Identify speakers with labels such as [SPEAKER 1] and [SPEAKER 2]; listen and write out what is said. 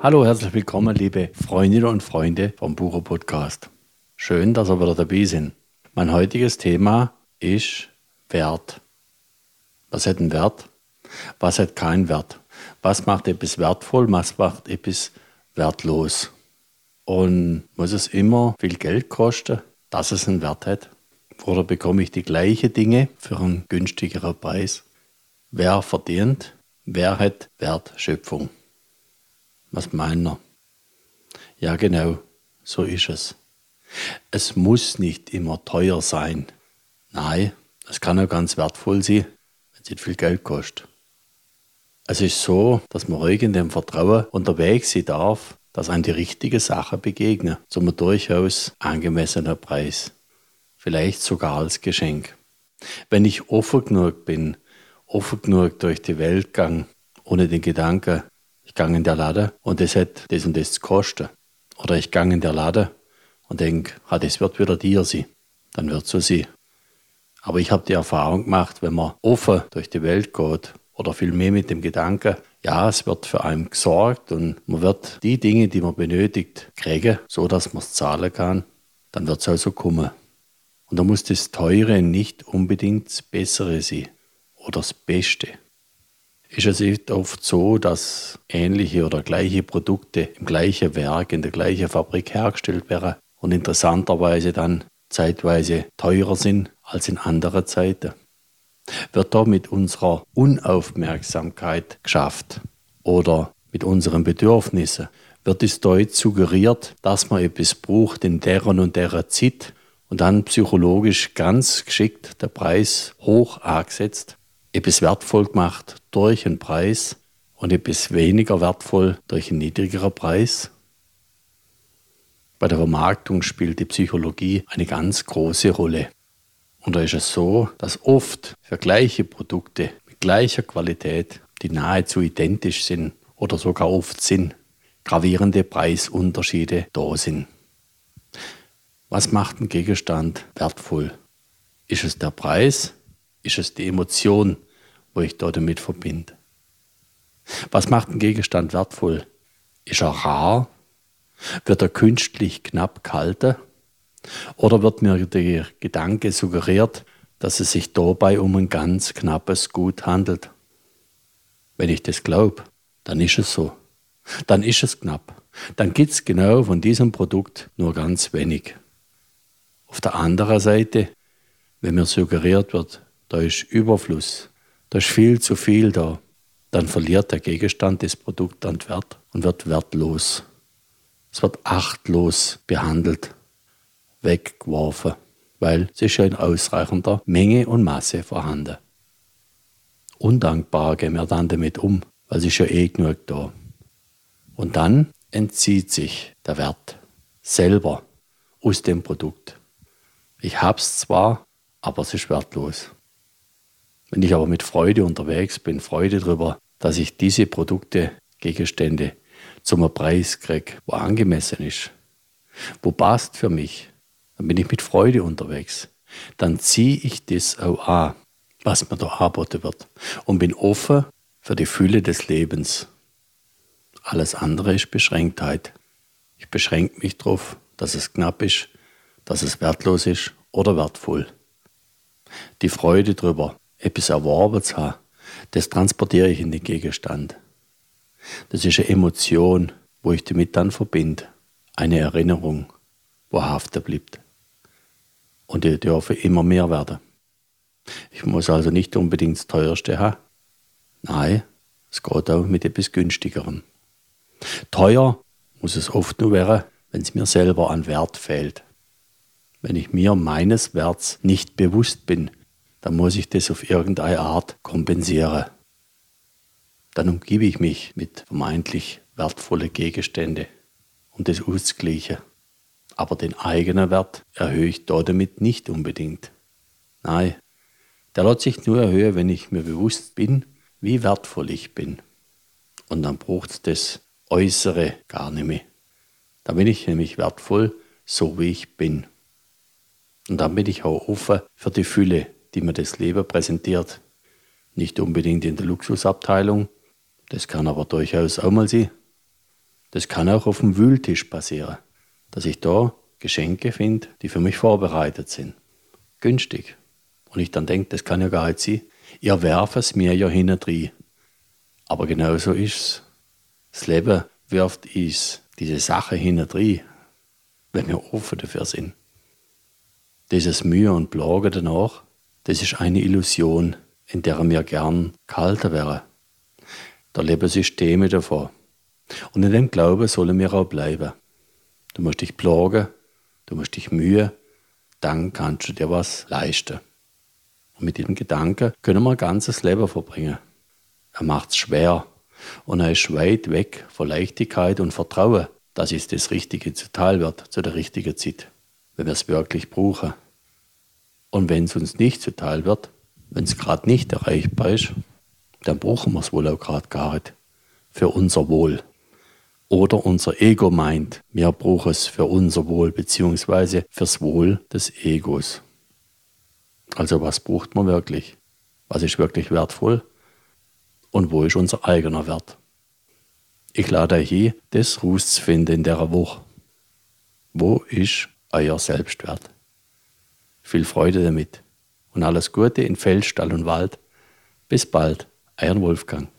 [SPEAKER 1] Hallo, herzlich willkommen, liebe Freundinnen und Freunde vom Bucher Podcast. Schön, dass ihr wieder dabei sind. Mein heutiges Thema ist Wert. Was hat einen Wert? Was hat keinen Wert? Was macht etwas wertvoll? Was macht etwas wertlos? Und muss es immer viel Geld kosten, dass es einen Wert hat? Oder bekomme ich die gleichen Dinge für einen günstigeren Preis? Wer verdient? Wer hat Wertschöpfung? Was meint ihr? Ja, genau, so ist es. Es muss nicht immer teuer sein. Nein, es kann auch ganz wertvoll sein, wenn es nicht viel Geld kostet. Es ist so, dass man ruhig in dem Vertrauen unterwegs sein darf, dass einem die richtige Sache begegnet, zu einem durchaus angemessenen Preis. Vielleicht sogar als Geschenk. Wenn ich offen genug bin, offen genug durch die Welt gang, ohne den Gedanken, ich gang in der Laden und das hat das und das zu kosten. Oder ich gang in der Laden und denke, das wird wieder dir sein. Dann wird es so sein. Aber ich habe die Erfahrung gemacht, wenn man offen durch die Welt geht oder vielmehr mit dem Gedanken, ja, es wird für einen gesorgt und man wird die Dinge, die man benötigt, kriegen, so dass man es zahlen kann, dann wird es auch so kommen. Und da muss das Teure nicht unbedingt das Bessere sein oder das Beste. Ist es nicht oft so, dass ähnliche oder gleiche Produkte im gleichen Werk, in der gleichen Fabrik hergestellt werden und interessanterweise dann zeitweise teurer sind als in anderen Zeiten? Wird da mit unserer Unaufmerksamkeit geschafft oder mit unseren Bedürfnissen? Wird es dort suggeriert, dass man etwas braucht in deren und deren Zeit und dann psychologisch ganz geschickt der Preis hoch angesetzt? Etwas wertvoll gemacht durch einen Preis und etwas weniger wertvoll durch einen niedrigeren Preis? Bei der Vermarktung spielt die Psychologie eine ganz große Rolle. Und da ist es so, dass oft für gleiche Produkte mit gleicher Qualität, die nahezu identisch sind oder sogar oft sind, gravierende Preisunterschiede da sind. Was macht ein Gegenstand wertvoll? Ist es der Preis? Ist es die Emotion, wo ich da damit verbinde? Was macht ein Gegenstand wertvoll? Ist er rar? Wird er künstlich knapp gehalten? Oder wird mir der Gedanke suggeriert, dass es sich dabei um ein ganz knappes Gut handelt? Wenn ich das glaube, dann ist es so. Dann ist es knapp. Dann gibt es genau von diesem Produkt nur ganz wenig. Auf der anderen Seite, wenn mir suggeriert wird, da ist Überfluss, da ist viel zu viel da, dann verliert der Gegenstand des Produkts an Wert und wird wertlos. Es wird achtlos behandelt, weggeworfen, weil es ist ja in ausreichender Menge und Masse vorhanden. Undankbar gehen wir dann damit um, weil es ist ja genug da. Und dann entzieht sich der Wert selber aus dem Produkt. Ich hab's zwar, aber es ist wertlos. Wenn ich aber mit Freude unterwegs bin, Freude darüber, dass ich diese Produkte, Gegenstände zum Preis kriege, wo angemessen ist, wo passt für mich, dann bin ich mit Freude unterwegs. Dann ziehe ich das auch an, was mir da angeboten wird und bin offen für die Fülle des Lebens. Alles andere ist Beschränktheit. Ich beschränke mich darauf, dass es knapp ist, dass es wertlos ist oder wertvoll. Die Freude darüber, etwas erworben zu haben, das transportiere ich in den Gegenstand. Das ist eine Emotion, wo ich damit dann verbinde. Eine Erinnerung, wo haften bleibt. Und die dürfen immer mehr werden. Ich muss also nicht unbedingt das Teuerste haben. Nein, es geht auch mit etwas Günstigerem. Teuer muss es oft nur werden, wenn es mir selber an Wert fehlt. Wenn ich mir meines Werts nicht bewusst bin, dann muss ich das auf irgendeine Art kompensieren. Dann umgebe ich mich mit vermeintlich wertvollen Gegenständen, um das auszugleichen. Aber den eigenen Wert erhöhe ich damit nicht unbedingt. Nein, der lässt sich nur erhöhen, wenn ich mir bewusst bin, wie wertvoll ich bin. Und dann braucht es das Äußere gar nicht mehr. Dann bin ich nämlich wertvoll, so wie ich bin. Und dann bin ich auch offen für die Fülle, die mir das Leben präsentiert. Nicht unbedingt in der Luxusabteilung, das kann aber durchaus auch mal sein, Das kann auch auf dem Wühltisch passieren, dass ich da Geschenke finde, die für mich vorbereitet sind. Günstig. Und ich dann denke, das kann ja gar nicht sein. Ihr werft es mir ja hinein. Aber genau so ist es. Das Leben wirft uns diese Sache hinein, wenn wir offen dafür sind. Dieses Mühe und Plagen danach, das ist eine Illusion, in der wir gern gehalten wären. Da leben Systeme davon. Und in dem Glauben sollen wir auch bleiben. Du musst dich plagen, du musst dich mühen, dann kannst du dir was leisten. Und mit diesem Gedanken können wir ein ganzes Leben verbringen. Er macht es schwer und er ist weit weg von Leichtigkeit und Vertrauen, dass es das Richtige zuteil wird zu der richtigen Zeit, wenn wir es wirklich brauchen. Und wenn es uns nicht zuteil wird, wenn es gerade nicht erreichbar ist, dann brauchen wir es wohl auch gerade gar nicht für unser Wohl. Oder unser Ego meint, wir brauchen es für unser Wohl bzw. fürs Wohl des Egos. Also was braucht man wirklich? Was ist wirklich wertvoll? Und wo ist unser eigener Wert? Ich lade euch ein, das rauszufinden in dieser Woche. Wo ist euer Selbstwert? Viel Freude damit und alles Gute in Feld, Stall und Wald. Bis bald, euer Wolfgang.